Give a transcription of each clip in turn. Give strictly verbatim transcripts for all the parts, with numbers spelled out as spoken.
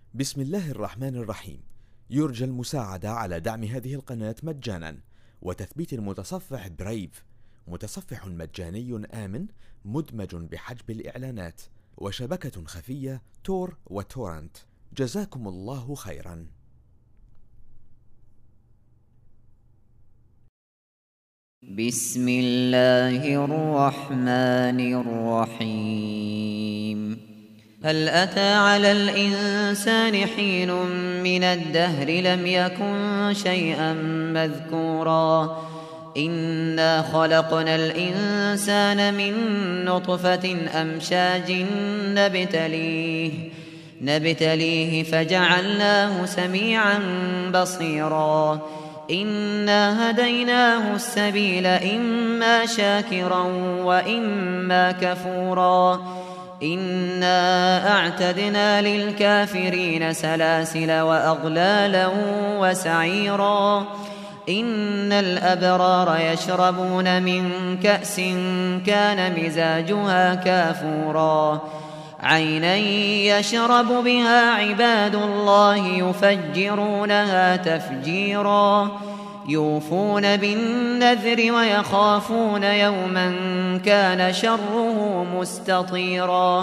بسم الله الرحمن الرحيم. يرجى المساعدة على دعم هذه القناة مجانا وتثبيت المتصفح برايف، متصفح مجاني آمن مدمج بحجب الإعلانات وشبكة خفية تور وتورنت. جزاكم الله خيرا. بسم الله الرحمن الرحيم. هل أتى على الإنسان حين من الدهر لم يكن شيئا مذكورا إنا خلقنا الإنسان من نطفة أمشاج نبتليه نبتليه فجعلناه سميعا بصيرا إنا هديناه السبيل إما شاكرا وإما كفورا إنا أعتدنا للكافرين سلاسل وأغلالا وسعيرا إن الأبرار يشربون من كأس كان مزاجها كافورا عينا يشرب بها عباد الله يفجرونها تفجيرا يوفون بالنذر ويخافون يوما كان شره مستطيرا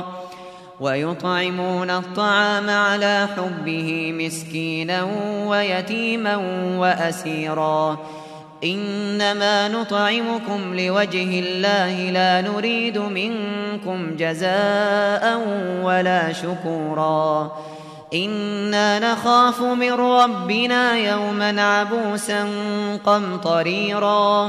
ويطعمون الطعام على حبه مسكينا ويتيما وأسيرا إنما نطعمكم لوجه الله لا نريد منكم جزاء ولا شكورا إنا نخاف من ربنا يوما عبوسا قمطريرا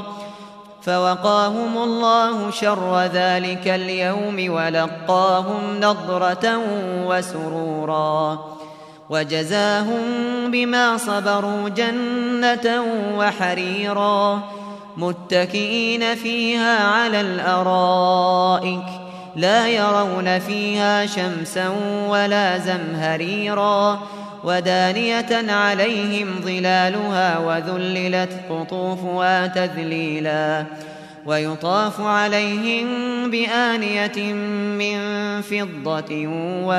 فوقاهم الله شر ذلك اليوم ولقاهم نضرة وسرورا وجزاهم بما صبروا جنة وحريرا متكئين فيها على الأرائك لا يرون فيها شمسا ولا زمهريرا ودانية عليهم ظلالها وذللت قطوفها تذليلا ويطاف عليهم بآنية من فضة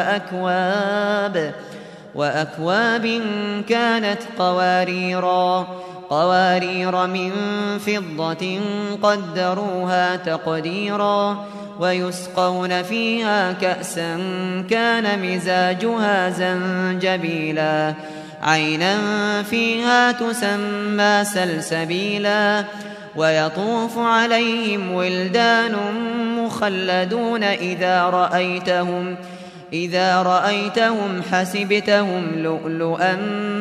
وأكواب وأكواب كانت قواريرا قوارير من فضة قدروها تقديرا ويسقون فيها كأسا كان مزاجها زنجبيلا عينا فيها تسمى سلسبيلا ويطوف عليهم ولدان مخلدون إذا رأيتهم إذا رأيتهم حسبتهم لؤلؤا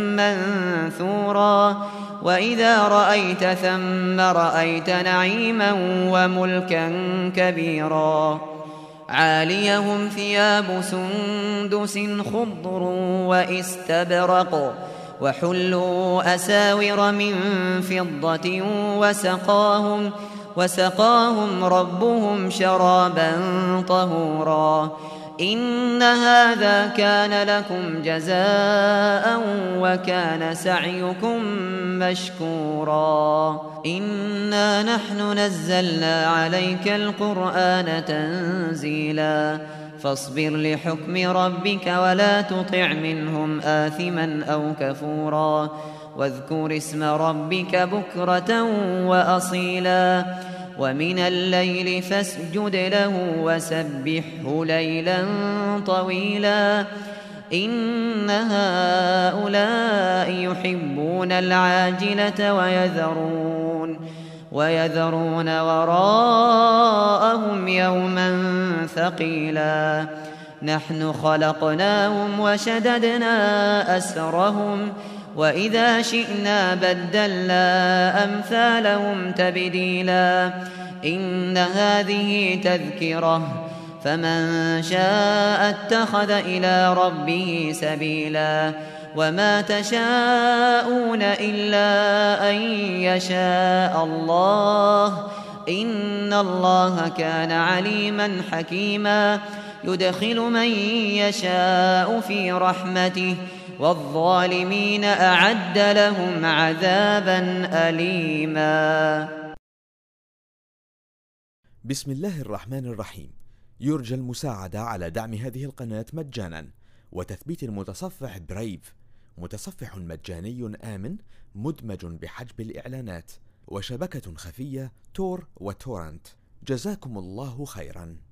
منثورا وإذا رأيت ثم رأيت نعيما وملكا كبيرا عاليهم ثياب سندس خضر واستبرق وحلوا أساور من فضة وسقاهم وسقاهم ربهم شرابا طهورا إن هذا كان لكم جزاء وكان سعيكم مشكورا إنا نحن نزلنا عليك القرآن تنزيلا فاصبر لحكم ربك ولا تطع منهم آثما أو كفورا واذكر اسم ربك بكرة وأصيلا ومن الليل فاسجد له وسبحه ليلا طويلا إن هؤلاء يحبون العاجلة ويذرون ويذرون وراءهم يوما ثقيلا نحن خلقناهم وشددنا أسرهم وإذا شئنا بدلنا أمثالهم تبديلا إن هذه تذكرة فمن شاء اتخذ إلى ربه سبيلا وما تشاءون إلا أن يشاء الله إن الله كان عليما حكيما يدخل من يشاء في رحمته والظالمين أعد لهم عذابا أليما. بسم الله الرحمن الرحيم. يرجى المساعدة على دعم هذه القناة مجانا وتثبيت المتصفح برايف، متصفح مجاني آمن مدمج بحجب الإعلانات، وشبكة خفية تور وتورنت. جزاكم الله خيرا.